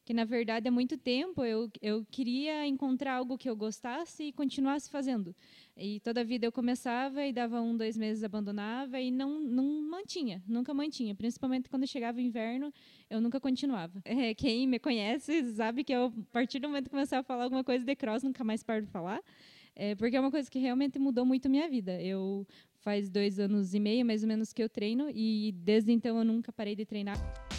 que, na verdade, há muito tempo eu queria encontrar algo que eu gostasse e continuasse fazendo. E toda a vida eu começava e dava 2 meses, abandonava e não mantinha, nunca mantinha. Principalmente quando chegava o inverno, eu nunca continuava. Quem me conhece sabe que eu, a partir do momento que começava a falar alguma coisa de cross, nunca mais paro de falar. Porque é uma coisa que realmente mudou muito a minha vida. Faz 2 anos e meio, mais ou menos, que eu treino, e desde então eu nunca parei de treinar.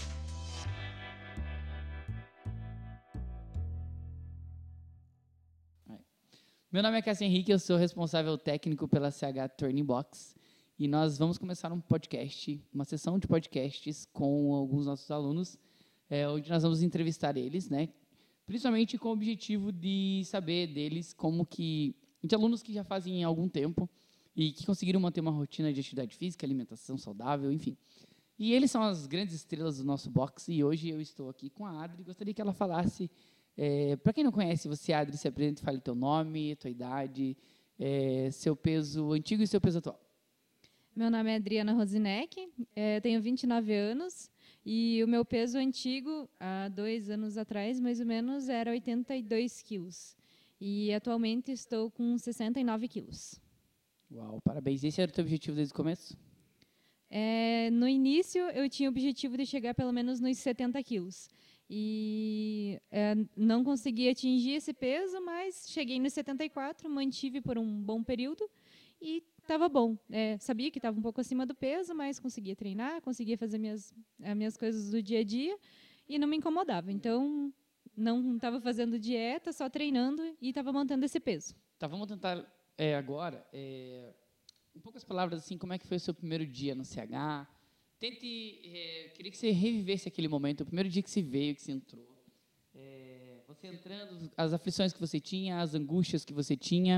Meu nome é Cássio Henrique, eu sou responsável técnico pela CH Turning Box, e nós vamos começar um podcast, uma sessão de podcasts com alguns nossos alunos, onde nós vamos entrevistar eles, né? Principalmente com o objetivo de saber deles como que... de alunos que já fazem há algum tempo e que conseguiram manter uma rotina de atividade física, alimentação saudável, enfim. E eles são as grandes estrelas do nosso boxe, e hoje eu estou aqui com a Adri, gostaria que ela falasse... para quem não conhece você, Adri, se apresente, fale teu nome, tua idade, seu peso antigo e seu peso atual. Meu nome é Adriana Rosineck, tenho 29 anos e o meu peso antigo, há 2 anos atrás, mais ou menos, era 82 quilos. E atualmente estou com 69 quilos. Uau, parabéns. Esse era o teu objetivo desde o começo? No início, eu tinha o objetivo de chegar pelo menos nos 70 quilos. E não consegui atingir esse peso, mas cheguei nos 74, mantive por um bom período e estava bom. Sabia que estava um pouco acima do peso, mas conseguia treinar, conseguia fazer as minhas coisas do dia a dia e não me incomodava. Então, não estava fazendo dieta, só treinando e estava mantendo esse peso. Tá, vamos tentar agora, em poucas palavras, assim, como é que foi o seu primeiro dia no CH? Queria que você revivesse aquele momento, o primeiro dia que você veio, que você entrou. Você entrando, as aflições que você tinha, as angústias que você tinha,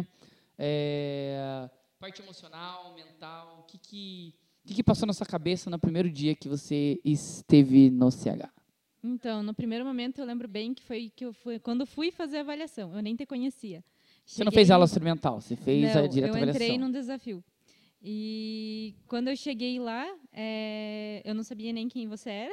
parte emocional, mental, o que passou na sua cabeça no primeiro dia que você esteve no CH? Então, no primeiro momento, eu lembro bem que foi quando fui fazer a avaliação, eu nem te conhecia. Você não fez aula experimental, você fez a direta avaliação. Eu entrei num desafio. E quando eu cheguei lá, eu não sabia nem quem você era,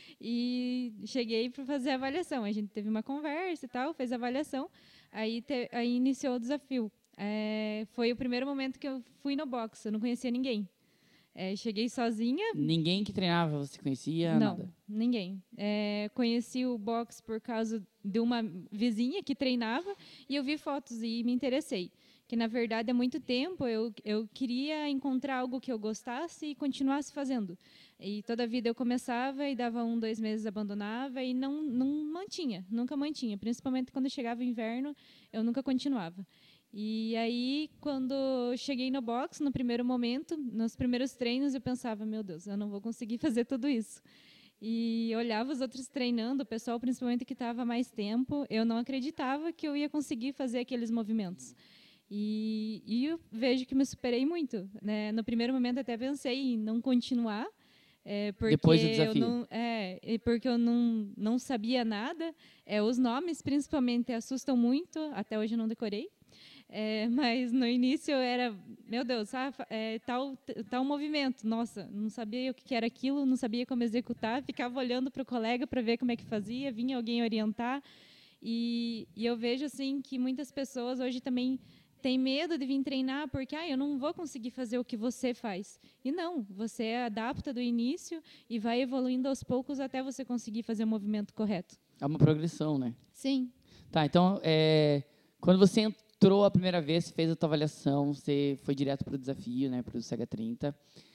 e cheguei para fazer a avaliação. A gente teve uma conversa e tal, fez a avaliação, aí iniciou o desafio. Foi o primeiro momento que eu fui no boxe, eu não conhecia ninguém. Cheguei sozinha. Ninguém que treinava você conhecia? Não, nada? Ninguém. Conheci o boxe por causa de uma vizinha que treinava, e eu vi fotos e me interessei. Que, na verdade, há muito tempo eu queria encontrar algo que eu gostasse e continuasse fazendo. E toda a vida eu começava e dava 2 meses, abandonava e não mantinha, nunca mantinha. Principalmente quando chegava o inverno, eu nunca continuava. E aí, quando cheguei no boxe, no primeiro momento, nos primeiros treinos, eu pensava, meu Deus, eu não vou conseguir fazer tudo isso. E olhava os outros treinando, o pessoal principalmente que estava há mais tempo, eu não acreditava que eu ia conseguir fazer aqueles movimentos. E eu vejo que me superei muito, né? No primeiro momento até pensei em não continuar, porque depois do desafio. porque eu não sabia nada. Os nomes, principalmente, assustam muito. Até hoje eu não decorei. Mas no início era, meu Deus, tal movimento. Nossa, não sabia o que era aquilo, não sabia como executar. Ficava olhando para o colega para ver como é que fazia. Vinha alguém orientar. E eu vejo assim que muitas pessoas hoje também tem medo de vir treinar porque eu não vou conseguir fazer o que você faz. E não, você adapta do início e vai evoluindo aos poucos até você conseguir fazer o movimento correto. É uma progressão, né? Sim. Tá, então, quando você entrou a primeira vez, você fez a tua avaliação, você foi direto para o desafio, né, para o CH30,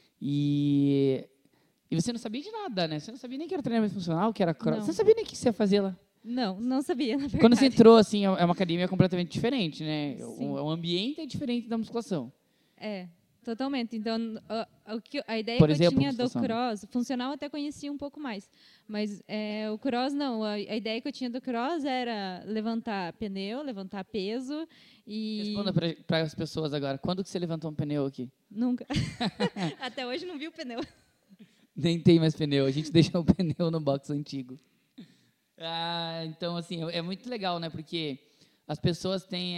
e você não sabia de nada, né? Você não sabia nem que era treinamento funcional, que era cross. Você não sabia nem o que você ia fazer lá. Não sabia, na verdade. Quando você entrou, assim, é uma academia completamente diferente, né? Sim. O ambiente é diferente da musculação. Totalmente. Então, a ideia Por que exemplo, eu tinha do cross, funcional até conhecia um pouco mais, mas o cross não. A ideia que eu tinha do cross era levantar pneu, levantar peso e... Responda para as pessoas agora. Quando que você levantou um pneu aqui? Nunca. Até hoje não vi o pneu. Nem tem mais pneu. A gente deixou o pneu no box antigo. Então, assim, é muito legal, né? Porque as pessoas têm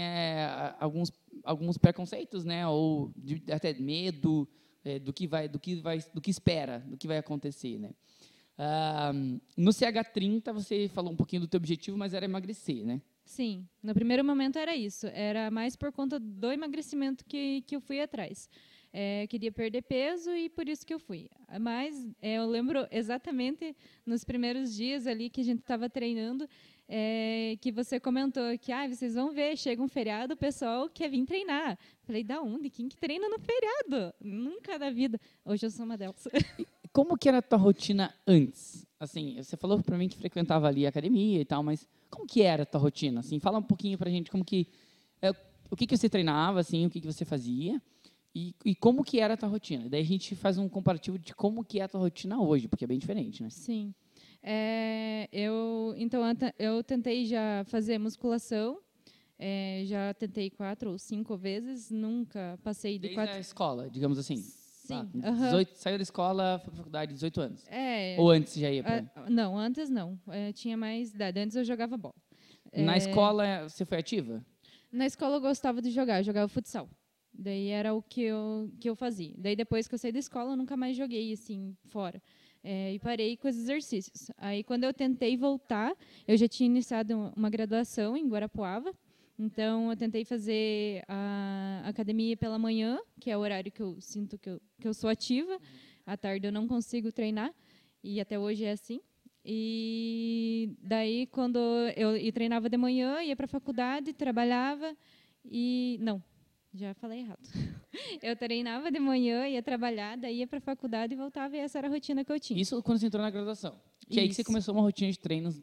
alguns preconceitos, né? Ou até medo do que espera, do que vai acontecer, né? No CH30, você falou um pouquinho do teu objetivo, mas era emagrecer, né? Sim, no primeiro momento era isso. Era mais por conta do emagrecimento que eu fui atrás. Queria perder peso e por isso que eu fui. Mas eu lembro exatamente nos primeiros dias ali que a gente estava treinando, que você comentou que vocês vão ver, chega um feriado, o pessoal quer vir treinar. Falei, da onde? Quem que treina no feriado? Nunca na vida. Hoje eu sou uma delas. Como que era a tua rotina antes? Assim, você falou para mim que frequentava ali a academia e tal, mas como que era a tua rotina? Assim, fala um pouquinho pra gente como que o que você treinava, assim, o que você fazia e como que era a tua rotina. Daí a gente faz um comparativo de como que é a tua rotina hoje, porque é bem diferente, né? Sim. Eu tentei já fazer musculação. Já tentei 4 ou 5 vezes, nunca passei de Desde 4. a escola, digamos assim. Sim. 18, saiu da escola, foi pra faculdade, 18 anos. É, Ou antes já ia pra... não, antes não. Tinha mais idade. Antes eu jogava bola. Na escola, você foi ativa? Na escola eu gostava de jogar, eu jogava futsal. Daí era o que eu fazia. Daí depois que eu saí da escola, eu nunca mais joguei assim, fora. E parei com os exercícios. Aí quando eu tentei voltar, eu já tinha iniciado uma graduação em Guarapuava. Então, eu tentei fazer a academia pela manhã, que é o horário que eu sinto que eu sou ativa. À tarde eu não consigo treinar, e até hoje é assim. E daí, quando eu treinava de manhã, ia para a faculdade, trabalhava e... Não, já falei errado. Eu treinava de manhã, ia trabalhar, daí ia para a faculdade e voltava, e essa era a rotina que eu tinha. Isso quando você entrou na graduação? Que aí que você começou uma rotina de treinos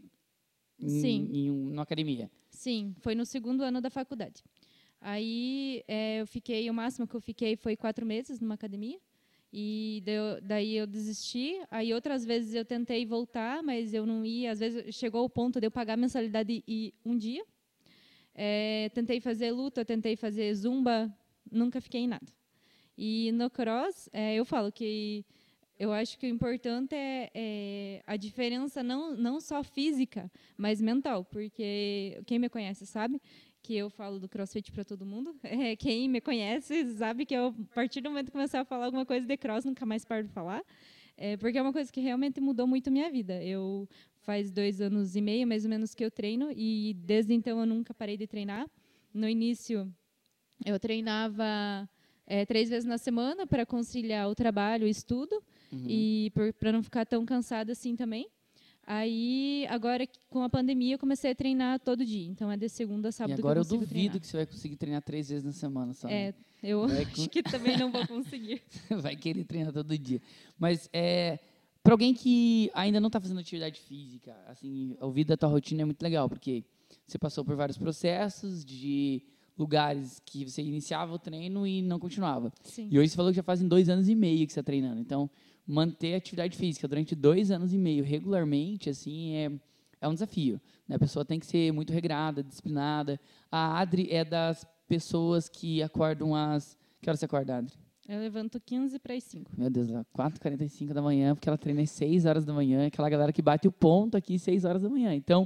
na academia? Sim, foi no segundo ano da faculdade. Aí o máximo que eu fiquei foi 4 meses numa academia. E daí eu desisti. Aí outras vezes eu tentei voltar, mas eu não ia. Às vezes chegou o ponto de eu pagar a mensalidade e ir um dia. Tentei fazer luta, tentei fazer zumba, nunca fiquei em nada. E no cross, eu falo que eu acho que o importante é a diferença não só física, mas mental, porque quem me conhece sabe que eu falo do CrossFit para todo mundo. Quem me conhece sabe que eu, a partir do momento que começar a falar alguma coisa de cross, nunca mais paro de falar, porque é uma coisa que realmente mudou muito a minha vida. Faz 2 anos e meio, mais ou menos, que eu treino, e desde então eu nunca parei de treinar. No início, eu treinava 3 vezes na semana para conciliar o trabalho e o estudo, e para não ficar tão cansada assim também. Aí, agora, com a pandemia, eu comecei a treinar todo dia. Então, é de segunda a sábado que eu consigo duvido treinar. que você vai conseguir treinar 3 vezes na semana só. Eu acho que também não vou conseguir. Vai querer treinar todo dia. Mas, para alguém que ainda não está fazendo atividade física, assim, ouvir da tua rotina é muito legal, porque você passou por vários processos de lugares que você iniciava o treino e não continuava. Sim. E hoje você falou que já fazem 2 anos e meio que você está treinando. Então, manter a atividade física durante 2 anos e meio regularmente, assim, é um desafio, né? A pessoa tem que ser muito regrada, disciplinada. A Adri é das pessoas que acordam às... Que horas você acorda, Adri? Eu levanto 15 para as 5. Meu Deus, 4h45 da manhã, porque ela treina às 6 horas da manhã, aquela galera que bate o ponto aqui às 6 horas da manhã. Então,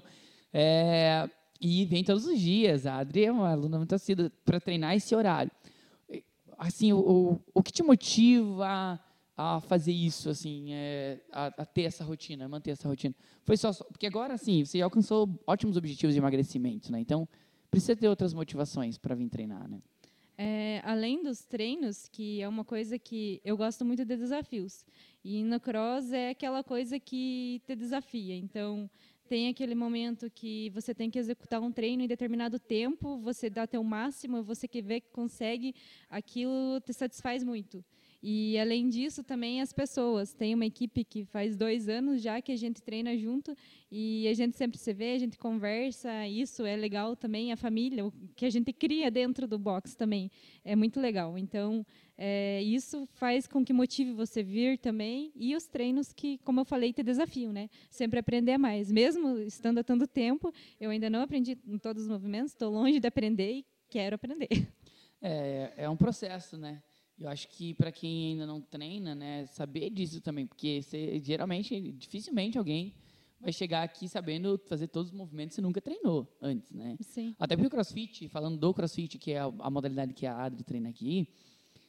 e vem todos os dias. A Adri é uma aluna muito assídua para treinar esse horário. Assim, o que te motiva a fazer isso, assim, a ter essa rotina, manter essa rotina? Foi só porque agora, assim, você alcançou ótimos objetivos de emagrecimento, né? Então, precisa ter outras motivações para vir treinar, né? Além dos treinos, que é uma coisa que eu gosto muito de desafios. E no cross é aquela coisa que te desafia. Então, tem aquele momento que você tem que executar um treino em determinado tempo, você dá teu máximo, você que vê que consegue, aquilo te satisfaz muito. E, além disso, também as pessoas. Tem uma equipe que faz 2 anos já que a gente treina junto e a gente sempre se vê, a gente conversa. Isso é legal também, a família, o que a gente cria dentro do box também. É muito legal. Então, isso faz com que motive você vir também. E os treinos que, como eu falei, te desafiam, né? Sempre aprender mais. Mesmo estando há tanto tempo, eu ainda não aprendi em todos os movimentos, estou longe de aprender e quero aprender. É um processo, né? Eu acho que para quem ainda não treina, né, saber disso também, porque dificilmente alguém vai chegar aqui sabendo fazer todos os movimentos que nunca treinou antes, né? Sim. Até porque o CrossFit, falando do CrossFit, que é a modalidade que a Adri treina aqui,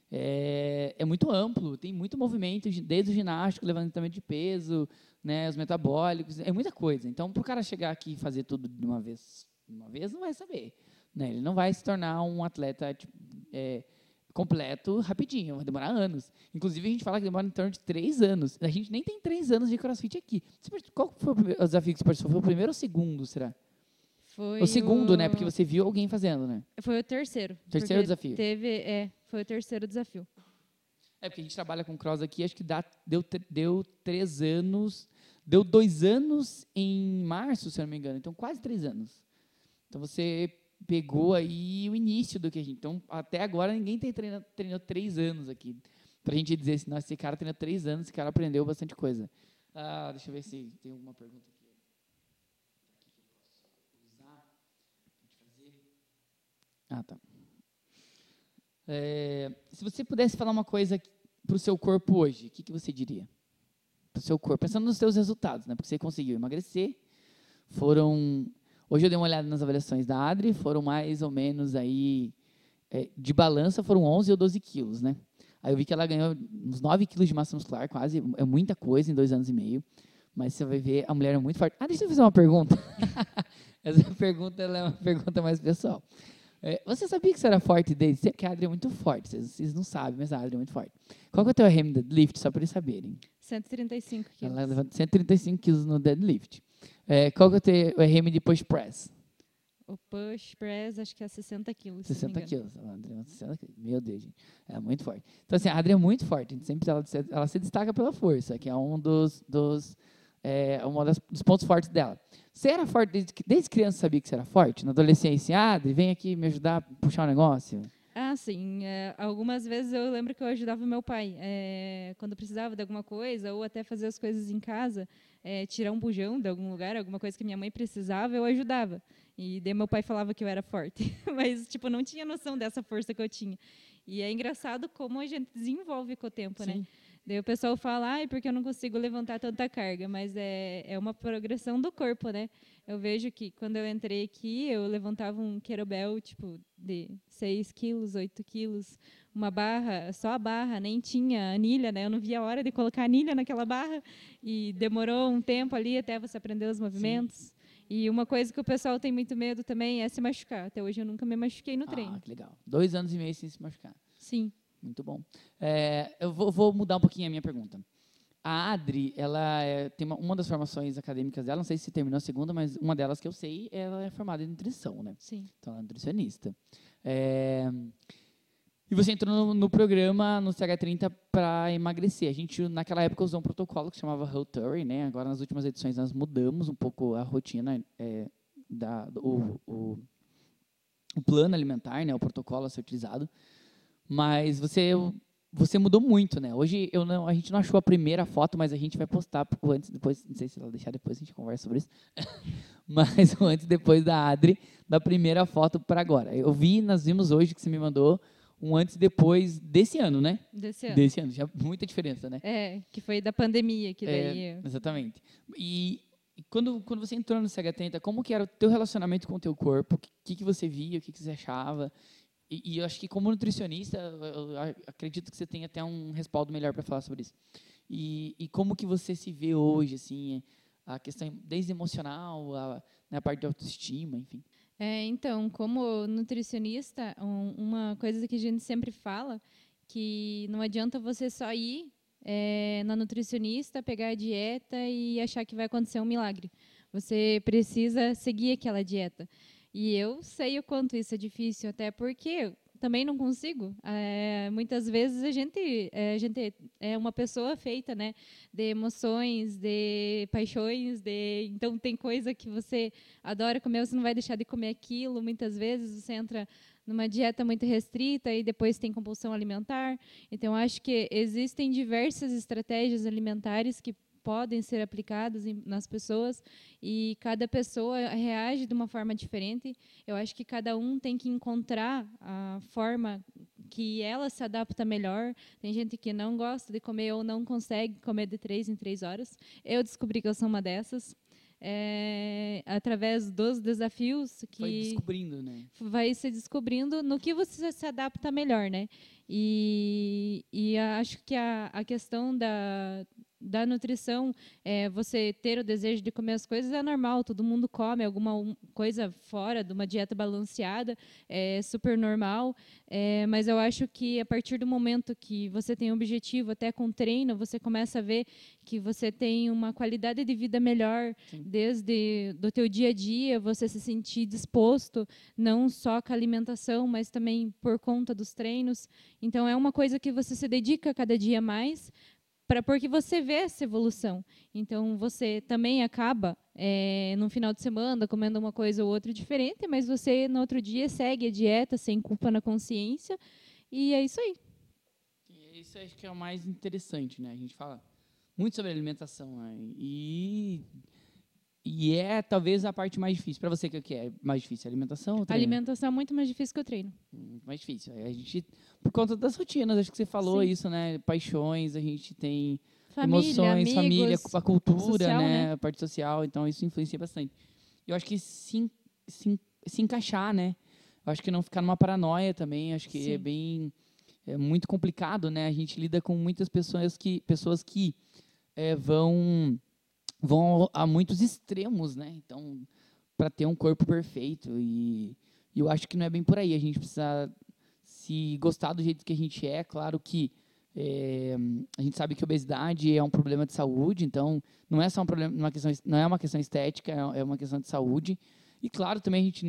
é muito amplo, tem muito movimento, desde o ginástico, levantamento de peso, né, os metabólicos, é muita coisa. Então, para o cara chegar aqui e fazer tudo de uma vez não vai saber. Né? Ele não vai se tornar um atleta completo rapidinho, vai demorar anos. Inclusive, a gente fala que demora em torno de 3 anos. A gente nem tem 3 anos de CrossFit aqui. Qual foi o desafio que você participou? Foi o primeiro ou o segundo, será? Foi o segundo, né? Porque você viu alguém fazendo, né? Foi o terceiro. Terceiro desafio. Foi o terceiro desafio. Porque a gente trabalha com cross aqui, acho que deu 3 anos, deu 2 anos em março, se eu não me engano, então quase 3 anos. Então você pegou aí o início do que a gente... Então, até agora, ninguém treinou 3 anos aqui. Pra gente dizer assim, nossa, esse cara treinou 3 anos, esse cara aprendeu bastante coisa. Deixa eu ver se tem alguma pergunta aqui. Tá. Se você pudesse falar uma coisa para o seu corpo hoje, o que você diria? Para o seu corpo, pensando nos seus resultados, né? Porque você conseguiu emagrecer, hoje eu dei uma olhada nas avaliações da Adri, foram mais ou menos aí, de balança, foram 11 ou 12 quilos, né? Aí eu vi que ela ganhou uns 9 quilos de massa muscular, quase, é muita coisa em 2 anos e meio, mas você vai ver, a mulher é muito forte. Deixa eu fazer uma pergunta. Essa pergunta ela é uma pergunta mais pessoal. Você sabia que você era forte desde sempre? Porque a Adri é muito forte, vocês não sabem, mas a Adri é muito forte. Qual que é o teu RM no deadlift, só para eles saberem? 135 quilos. Ela levanta 135 quilos no deadlift. Qual que é o teu RM de push press? O push press, acho que é 60 quilos. 60 quilos. Meu Deus, gente. É muito forte. Então, assim, a Adri é muito forte. Ela se destaca pela força, que é um dos pontos fortes dela. Você era forte desde criança, sabia que você era forte? Na adolescência, Adri, vem aqui me ajudar a puxar um negócio? Sim. Algumas vezes eu lembro que eu ajudava meu pai. Quando precisava de alguma coisa, ou até fazer as coisas em casa, tirar um bujão de algum lugar, alguma coisa que minha mãe precisava, eu ajudava. E daí meu pai falava que eu era forte. Mas, não tinha noção dessa força que eu tinha. E é engraçado como a gente desenvolve com o tempo, Sim. né? Daí o pessoal fala, porque eu não consigo levantar tanta carga, mas é uma progressão do corpo, né? Eu vejo que quando eu entrei aqui, eu levantava um kettlebell, de 6 quilos, 8 quilos, uma barra, só a barra, nem tinha anilha, né? Eu não via a hora de colocar anilha naquela barra, e demorou um tempo ali até você aprender os movimentos. Sim. E uma coisa que o pessoal tem muito medo também é se machucar. Até hoje eu nunca me machuquei no treino. Que legal. 2 anos e meio sem se machucar. Sim. Muito bom. Eu vou mudar um pouquinho a minha pergunta. A Adri, ela tem uma das formações acadêmicas dela, não sei se terminou a segunda, mas uma delas que eu sei, ela é formada em nutrição, né? Sim. Então, ela é nutricionista. E você entrou no programa, no CH30, para emagrecer. A gente, naquela época, usou um protocolo que se chamava Hoturi, né? Agora, nas últimas edições, nós mudamos um pouco a rotina, o plano alimentar, né? O protocolo a ser utilizado. Mas você mudou muito, né? Hoje a gente não achou a primeira foto, mas a gente vai postar antes, depois, não sei se ela deixar depois a gente conversa sobre isso. Mas o antes e depois da Adri, da primeira foto para agora. Nós vimos hoje que você me mandou um antes e depois desse ano, né? Desse ano, já muita diferença, né? Que foi da pandemia, que daí... Exatamente. E quando você entrou no CH30, como que era o teu relacionamento com o teu corpo? O que você via, o que você achava? E eu acho que como nutricionista, eu acredito que você tem até um respaldo melhor para falar sobre isso. E como que você se vê hoje, assim, a questão desde emocional, a parte de autoestima, enfim. Então, como nutricionista, uma coisa que a gente sempre fala, que não adianta você só ir na nutricionista, pegar a dieta e achar que vai acontecer um milagre. Você precisa seguir aquela dieta. E eu sei o quanto isso é difícil, até porque eu também não consigo. Muitas vezes a gente é uma pessoa feita, né, de emoções, de paixões, então tem coisa que você adora comer, você não vai deixar de comer aquilo. Muitas vezes você entra numa dieta muito restrita e depois tem compulsão alimentar. Então, acho que existem diversas estratégias alimentares que podem ser aplicadas nas pessoas e cada pessoa reage de uma forma diferente. Eu acho que cada um tem que encontrar a forma que ela se adapta melhor. Tem gente que não gosta de comer ou não consegue comer de 3 em 3 horas. Eu descobri que eu sou uma dessas. através dos desafios que Vai descobrindo, né? vai se descobrindo no que você se adapta melhor, né? E acho que a questão da nutrição, você ter o desejo de comer as coisas é normal, todo mundo come alguma coisa fora de uma dieta balanceada, é super normal, mas eu acho que a partir do momento que você tem um objetivo, até com treino, você começa a ver que você tem uma qualidade de vida melhor, Sim. desde do teu dia a dia, você se sentir disposto, não só com a alimentação, mas também por conta dos treinos. Então, é uma coisa que você se dedica cada dia mais, porque você vê essa evolução. Então, você também acaba, no final de semana, comendo uma coisa ou outra diferente, mas você, no outro dia, segue a dieta sem culpa na consciência, e é isso aí. Isso acho que é o mais interessante, né? A gente fala muito sobre alimentação, né? E é talvez a parte mais difícil. Para você, o que é mais difícil? A alimentação ou o A treino? alimentação é muito mais difícil que o treino. Muito mais difícil. A gente, por conta das rotinas, acho que você falou Sim. isso, né? Paixões, a gente tem Família, emoções, amigos, família, a cultura, social, né? A parte social, então isso influencia bastante. Eu acho que se encaixar, né? Eu acho que não ficar numa paranoia também, acho que Sim. é muito complicado, né? A gente lida com muitas pessoas que vão a muitos extremos, né? Então, para ter um corpo perfeito e eu acho que não é bem por aí. A gente precisa se gostar do jeito que a gente é. Claro que a gente sabe que a obesidade é um problema de saúde, então não é só um problema, não é uma questão estética, é uma questão de saúde. E claro, também a gente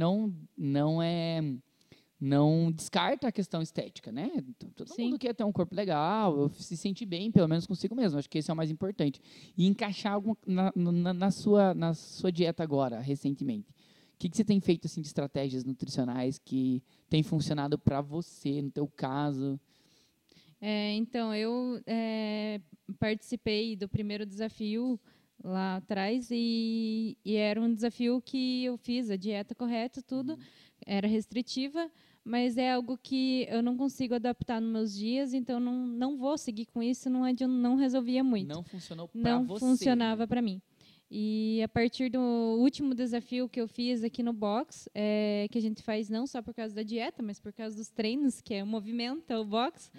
não descarta a questão estética, né? Todo Sim. mundo quer ter um corpo legal, se sentir bem, pelo menos consigo mesmo. Acho que esse é o mais importante. E encaixar algo na sua dieta agora, recentemente. O que você tem feito assim, de estratégias nutricionais que tem funcionado para você, no teu caso? Então, eu participei do primeiro desafio lá atrás e era um desafio que eu fiz a dieta correta, tudo, era restritiva, mas é algo que eu não consigo adaptar nos meus dias, então não vou seguir com isso, não resolvia muito. Não funcionou para Não você. funcionava para mim. E a partir do último desafio que eu fiz aqui no box, que a gente faz não só por causa da dieta, mas por causa dos treinos, que é o movimento, é o box,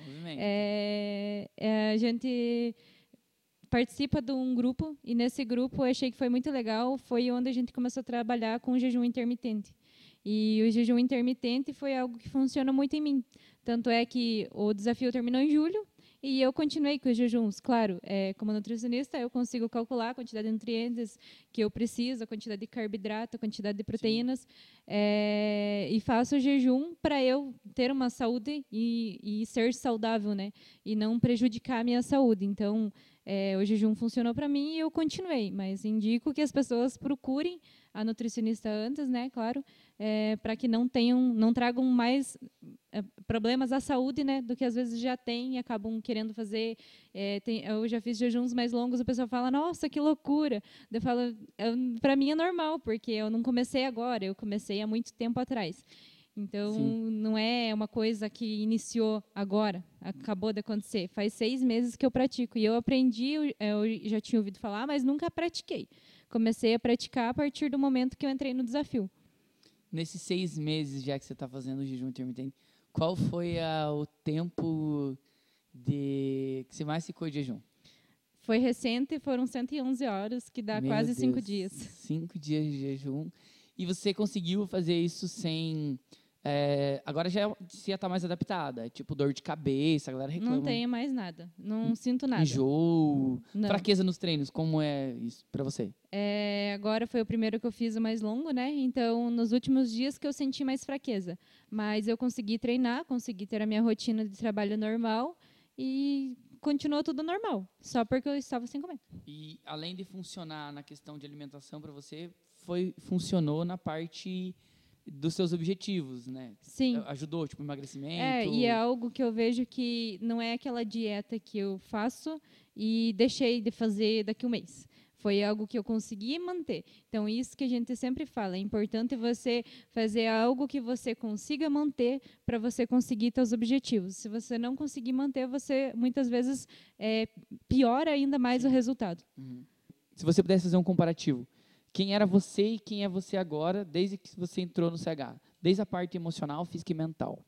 a gente participa de um grupo, e nesse grupo eu achei que foi muito legal, foi onde a gente começou a trabalhar com o jejum intermitente. E o jejum intermitente foi algo que funciona muito em mim. Tanto é que o desafio terminou em julho, e eu continuei com os jejuns. Claro, como nutricionista, eu consigo calcular a quantidade de nutrientes que eu preciso, a quantidade de carboidrato, a quantidade de proteínas, e faço o jejum para eu ter uma saúde e ser saudável, né? E não prejudicar a minha saúde. Então, o jejum funcionou para mim e eu continuei, mas indico que as pessoas procurem a nutricionista antes, né? Claro, para que não tragam mais problemas à saúde, né, do que às vezes já tem e acabam querendo fazer. Eu já fiz jejuns mais longos, o pessoal fala, nossa, que loucura. Eu falo, para mim é normal, porque eu não comecei agora, eu comecei há muito tempo atrás. Então, não é uma coisa que iniciou agora, acabou de acontecer. Faz 6 meses que eu pratico. E eu aprendi, eu já tinha ouvido falar, mas nunca pratiquei. Comecei a praticar a partir do momento que eu entrei no desafio. Nesses 6 meses já que você está fazendo o jejum intermitente, qual foi o tempo que você mais ficou de jejum? Foi recente, foram 111 horas, que dá quase 5 dias. 5 dias de jejum. E você conseguiu fazer isso sem... agora já está mais adaptada, tipo dor de cabeça, a galera reclama. Não tenho mais nada, não sinto nada. Enjoo, não. Fraqueza nos treinos, como é isso para você? Agora foi o primeiro que eu fiz o mais longo, né? Então, nos últimos dias que eu senti mais fraqueza. Mas eu consegui treinar, consegui ter a minha rotina de trabalho normal e continuou tudo normal, só porque eu estava sem comer. E além de funcionar na questão de alimentação para você, funcionou na parte dos seus objetivos, né? Sim. Ajudou, tipo, emagrecimento. E é algo que eu vejo que não é aquela dieta que eu faço e deixei de fazer daqui a um mês. Foi algo que eu consegui manter. Então, isso que a gente sempre fala, é importante você fazer algo que você consiga manter para você conseguir seus objetivos. Se você não conseguir manter, você muitas vezes piora ainda mais o resultado. Se você pudesse fazer um comparativo, Quem era você e quem é você agora, desde que você entrou no CH? Desde a parte emocional, física e mental.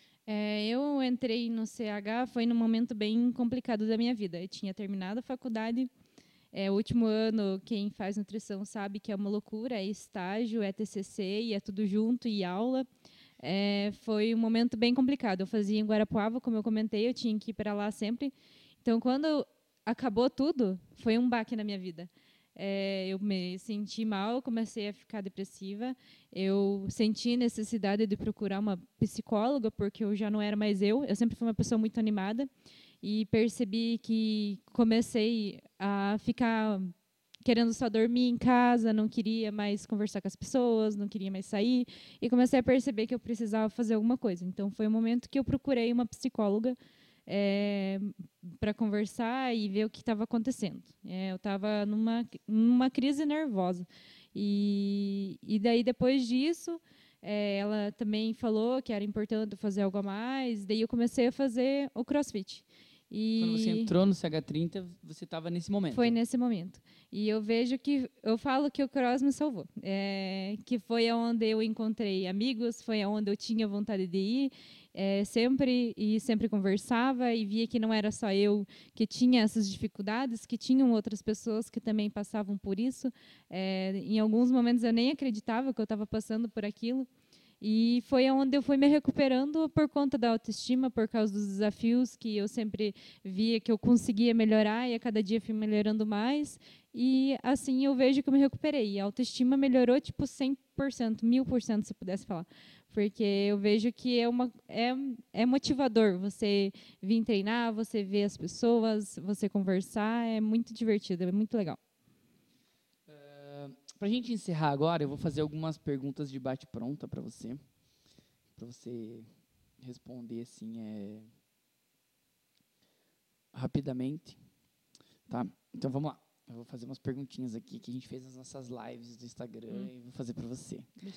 Eu entrei no CH, foi num momento bem complicado da minha vida. Eu tinha terminado a faculdade, o último ano, quem faz nutrição sabe que é uma loucura, é estágio, é TCC, e é tudo junto, e aula. Foi um momento bem complicado. Eu fazia em Guarapuava, como eu comentei, eu tinha que ir para lá sempre. Então, quando acabou tudo, foi um baque na minha vida. Eu me senti mal, comecei a ficar depressiva. Eu senti necessidade de procurar uma psicóloga, porque eu já não era mais eu. Eu sempre fui uma pessoa muito animada. E percebi que comecei a ficar querendo só dormir em casa, não queria mais conversar com as pessoas, não queria mais sair. E comecei a perceber que eu precisava fazer alguma coisa. Então, foi o momento que eu procurei uma psicóloga para conversar e ver o que estava acontecendo. Eu estava numa crise nervosa. E daí, depois disso, ela também falou que era importante fazer algo a mais. Daí eu comecei a fazer o CrossFit. Quando você entrou no CH30, você estava nesse momento. Foi nesse momento. E eu vejo que, eu falo que o cross me salvou. Que foi onde eu encontrei amigos, foi onde eu tinha vontade de ir. Sempre conversava e via que não era só eu que tinha essas dificuldades, que tinham outras pessoas que também passavam por isso. Em alguns momentos eu nem acreditava que eu estava passando por aquilo. E foi onde eu fui me recuperando por conta da autoestima, por causa dos desafios que eu sempre via que eu conseguia melhorar e a cada dia fui melhorando mais. E assim eu vejo que eu me recuperei. A autoestima melhorou tipo 100%, 1000%, se pudesse falar. Porque eu vejo que é motivador você vir treinar, você ver as pessoas, você conversar. É muito divertido, é muito legal. Para a gente encerrar agora, eu vou fazer algumas perguntas de bate-pronta para você responder assim rapidamente, tá? Então vamos lá. Eu vou fazer umas perguntinhas aqui que a gente fez nas nossas lives do Instagram e vou fazer para você.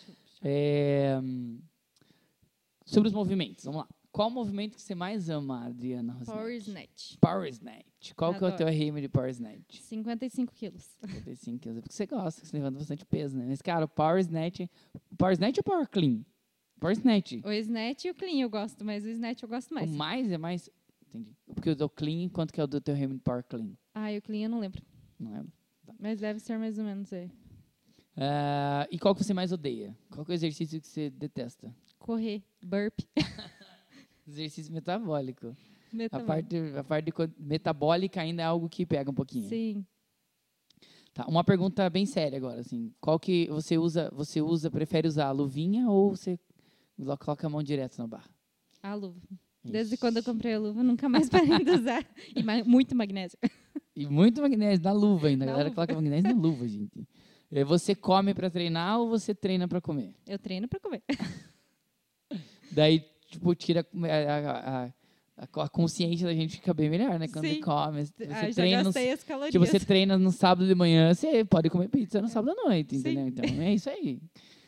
Sobre os movimentos, vamos lá. Qual o movimento que você mais ama, Adriana Rosnetti? Power Snatch. Power Snatch. Qual que é o Adoro. teu RM de Power Snatch? 55 quilos. 55 quilos. É porque você gosta, que você levanta bastante peso, né? Mas, cara, o Power Snatch ou Power Clean? Power Snatch. O Snatch e o Clean eu gosto, mas o Snatch eu gosto mais. O mais é mais... Entendi. Porque o do Clean, quanto que é o do teu RM de Power Clean? O Clean eu não lembro. Não lembro. Tá. Mas deve ser mais ou menos aí. E qual que você mais odeia? Qual que é o exercício que você detesta? Correr, burp. Exercício metabólico. Metabólico. A parte metabólica ainda é algo que pega um pouquinho. Sim. Tá, uma pergunta bem séria agora, assim. Qual que você prefere usar a luvinha ou você coloca a mão direto na barra? A luva. Desde quando eu comprei a luva, nunca mais parei de usar. E muito magnésio. E muito magnésio na luva ainda. A galera coloca magnésio na luva, gente. Você come para treinar ou você treina para comer? Eu treino para comer. Daí, tipo, tira a consciência da gente fica bem melhor, né? Quando Sim. Você já treina gastei as calorias. Tipo, você treina no sábado de manhã, você pode comer pizza no sábado à noite, Sim. entendeu? Então, é isso aí.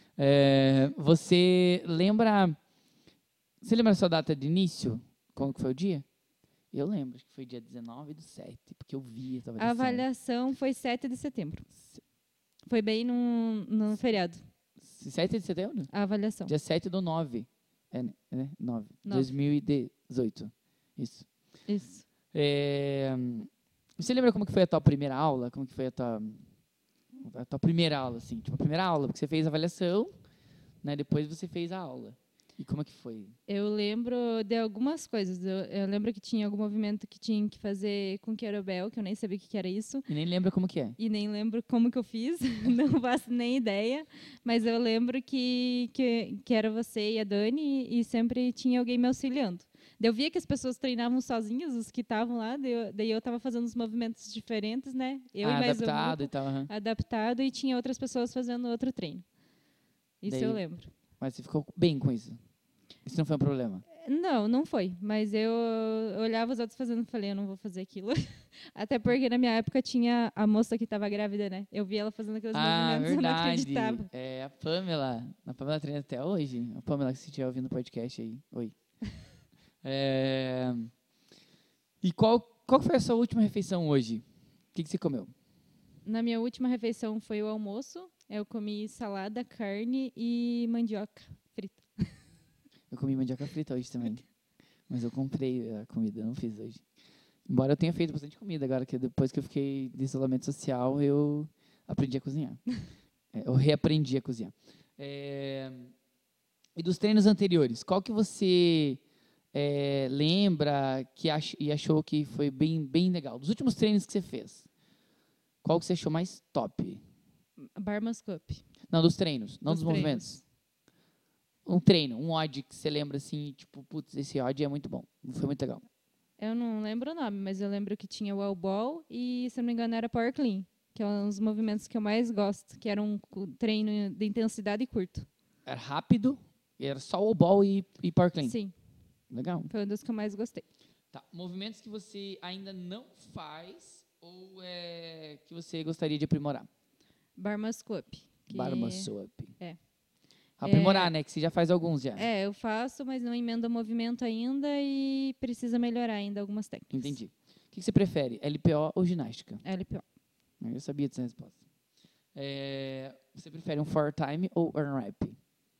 Você lembra a sua data de início? Como que foi o dia? Eu lembro, acho que foi dia 19/7, porque eu vi essa A avaliação foi 7 de setembro. Foi bem no feriado. 7 de setembro? A avaliação. Dia 7/9. Né? 9. 2018. Isso. Você lembra como que foi a tua primeira aula? Como que foi a tua primeira aula, assim? Tipo, a primeira aula, porque você fez a avaliação, né? Depois você fez a aula. E como é que foi? Eu lembro de algumas coisas. Eu lembro que tinha algum movimento que tinha que fazer com kettlebell, que eu nem sabia o que era isso. E nem lembra como que é? E nem lembro como que eu fiz. Não faço nem ideia. Mas eu lembro que era você e a Dani e sempre tinha alguém me auxiliando. Eu via que as pessoas treinavam sozinhas, os que estavam lá. Daí eu estava fazendo uns movimentos diferentes, né? Eu e mais adaptado um e tal. Adaptado e tinha outras pessoas fazendo outro treino. Isso daí, eu lembro. Mas você ficou bem com isso? Isso não foi um problema? Não foi. Mas eu olhava os outros fazendo e falei, eu não vou fazer aquilo. Até porque na minha época tinha a moça que estava grávida, né? Eu via ela fazendo aqueles movimentos, verdade. Eu não acreditava. A Pamela. A Pamela treina até hoje. A Pamela, que você estiver ouvindo o podcast aí. Oi. E qual foi a sua última refeição hoje? O que você comeu? Na minha última refeição foi o almoço. Eu comi salada, carne e mandioca frita. Eu comi mandioca frita hoje também. Mas eu comprei a comida, não fiz hoje. Embora eu tenha feito bastante comida agora, que depois que eu fiquei de isolamento social, eu aprendi a cozinhar. Eu reaprendi a cozinhar. E dos treinos anteriores, qual que você lembra e achou que foi bem legal? Dos últimos treinos que você fez, qual que você achou mais top? Bar Muscle Up. Não, dos treinos, não dos movimentos. Um treino, um odd que você lembra assim, tipo, putz, esse odd é muito bom, foi muito legal. Eu não lembro o nome, mas eu lembro que tinha o wall ball e, se não me engano, era power clean, que é um dos movimentos que eu mais gosto, que era um treino de intensidade curto. Era rápido, era só wall ball e power clean. Sim. Legal. Foi um dos que eu mais gostei. Tá. Movimentos que você ainda não faz ou que você gostaria de aprimorar? Bar Muscle Up. Bar Muscle Up. Aprimorar, né? Que você já faz alguns já. Eu faço, mas não emendo o movimento ainda e precisa melhorar ainda algumas técnicas. Entendi. O que você prefere, LPO ou ginástica? LPO. Eu sabia dessa resposta. Você prefere um 4-time ou unwrap?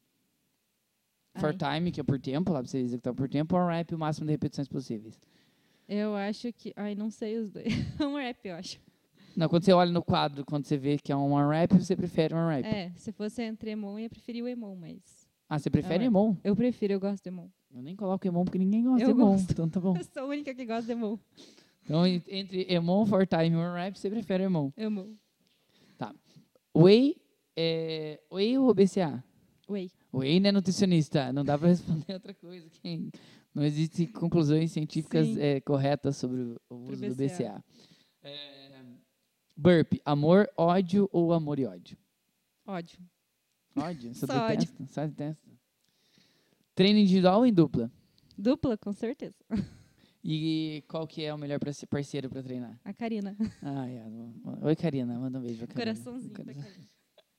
4-time, que é por tempo, lá pra você executar por tempo, ou unwrap, o máximo de repetições possíveis? Eu acho que... não sei os dois. Unwrap, eu acho. Não, quando você olha no quadro, quando você vê que é um unwrap, você prefere um unwrap? Se fosse entre Emon, eu ia preferir o Emon, mas... Ah, você prefere Emon? Eu prefiro, eu gosto de Emon. Eu nem coloco Emon porque ninguém gosta de Emon, então tá bom. Eu sou a única que gosta de Emon. Então, entre Emon, 4-time e unwrap, você prefere Emon? Emon. Tá. Whey ou BCA? Whey. Whey não é nutricionista, não dá para responder outra coisa. Não existem conclusões científicas corretas sobre o uso do BCA. Burp, amor, ódio ou amor e ódio? Ódio. Ódio? Só ódio. Só detesta. Treino individual ou em dupla? Dupla, com certeza. E qual que é o melhor parceiro para treinar? A Karina. Oi, Karina. Manda um beijo pra Karina. Coraçãozinho pra Karina.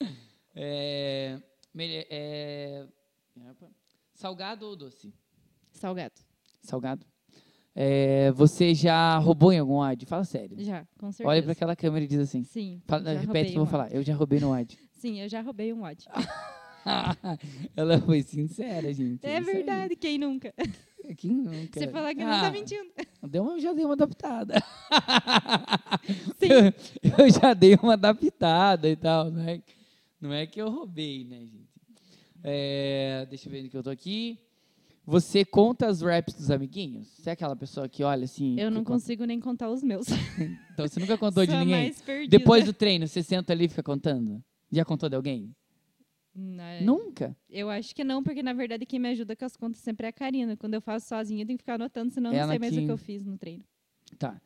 Salgado ou doce? Salgado. Salgado. Você já roubou em algum WAD? Fala sério. Já, com certeza. Olha para aquela câmera e diz assim. Sim. Repete que eu vou falar. Eu já roubei no WAD. Sim, eu já roubei um WAD. Ela foi sincera, gente. É verdade, quem nunca? Quem nunca? Você falar que não tá mentindo. Já dei uma adaptada. Sim. Eu já dei uma adaptada e tal. Não é que eu roubei, né, gente? Deixa eu ver onde que eu tô aqui. Você conta as raps dos amiguinhos? Você é aquela pessoa que olha assim... Eu não consigo nem contar os meus. Então você nunca contou de ninguém? Mais perdida. Depois do treino, você senta ali e fica contando? Já contou de alguém? Não, Nunca? Eu acho que não, porque na verdade quem me ajuda com as contas sempre é a Karina. Quando eu faço sozinha, eu tenho que ficar anotando, senão eu não sei mais o que eu fiz no treino. Tá.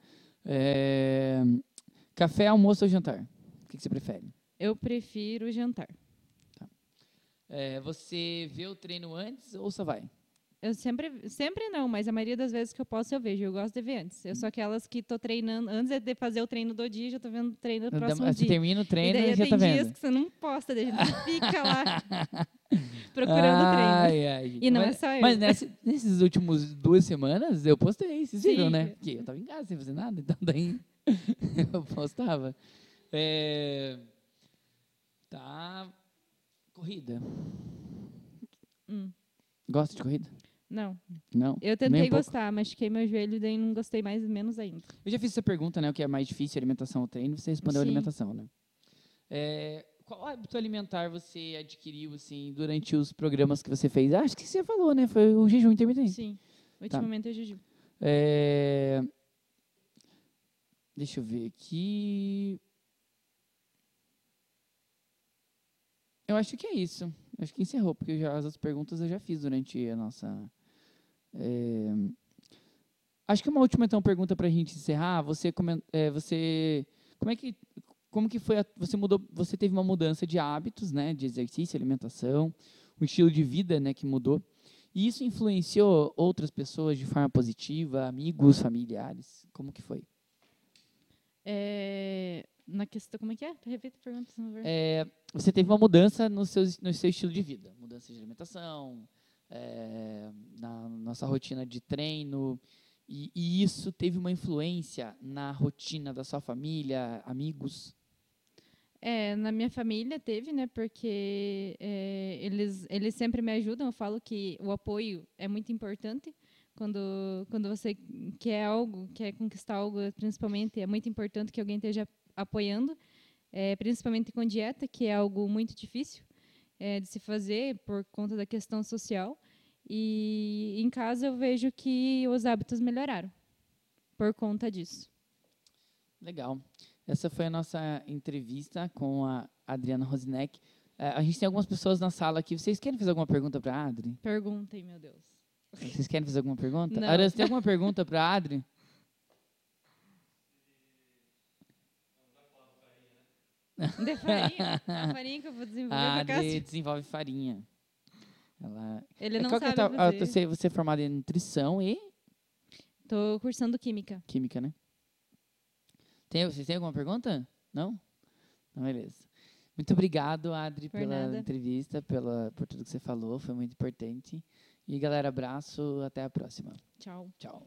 Café, almoço ou jantar? O que você prefere? Eu prefiro jantar. Tá. Você vê o treino antes ou só vai? Eu sempre não, mas a maioria das vezes que eu posso eu vejo. Eu gosto de ver antes. Eu sou aquelas que tô treinando, antes de fazer o treino do dia, já tô vendo o treino do próximo dia. Você termina o treino e já tá vendo. Tem dias que você não posta, a gente fica lá procurando o treino. Ai, e não é só eu. Mas nesses últimos 2 semanas eu postei, vocês viram, né? Porque eu tava em casa sem fazer nada, então daí eu postava. Tá. Corrida. Gosta de corrida? Não. Não? Eu tentei gostar, machuquei meu joelho e daí não gostei menos ainda. Eu já fiz essa pergunta, né? O que é mais difícil, alimentação ou treino? Você respondeu alimentação, né? Qual hábito alimentar você adquiriu, assim, durante os programas que você fez? Acho que você falou, né? Foi o jejum intermitente. Sim. Ultimamente é jejum. Deixa eu ver aqui. Eu acho que é isso. Acho que encerrou, porque as outras perguntas eu já fiz durante a nossa... Acho que uma última, então, pergunta para a gente encerrar. Como que foi? Você teve uma mudança de hábitos, né? De exercício, alimentação, um estilo de vida, né? Que mudou. E isso influenciou outras pessoas de forma positiva, amigos, familiares? Como que foi? Na questão, como é que é? Repita a pergunta. Você teve uma mudança no seu estilo de vida, mudança de alimentação, na nossa rotina de treino, e isso teve uma influência na rotina da sua família, amigos? Na minha família teve, né? Porque eles sempre me ajudam. Eu falo que o apoio é muito importante. Quando você quer algo, quer conquistar algo, principalmente, é muito importante que alguém esteja apoiando, principalmente com dieta, que é algo muito difícil de se fazer por conta da questão social. E em casa eu vejo que os hábitos melhoraram por conta disso. Legal. Essa foi a nossa entrevista com a Adriana Rosineck. A gente tem algumas pessoas na sala aqui. Vocês querem fazer alguma pergunta para a Adri? Perguntem, meu Deus. Vocês querem fazer alguma pergunta? Não. Adriana, você tem alguma pergunta para a Adri? De farinha? A farinha que eu vou desenvolver A no Adri Cássio. desenvolve farinha. Ele não Qual que sabe fazer. Você é formada em nutrição e Tô cursando química. química, né? Vocês têm alguma pergunta? Não? Então, beleza. Muito obrigado, Adri, Por pela nada. entrevista, por tudo que você falou. Foi muito importante. E, galera, abraço. Até a próxima. Tchau. Tchau.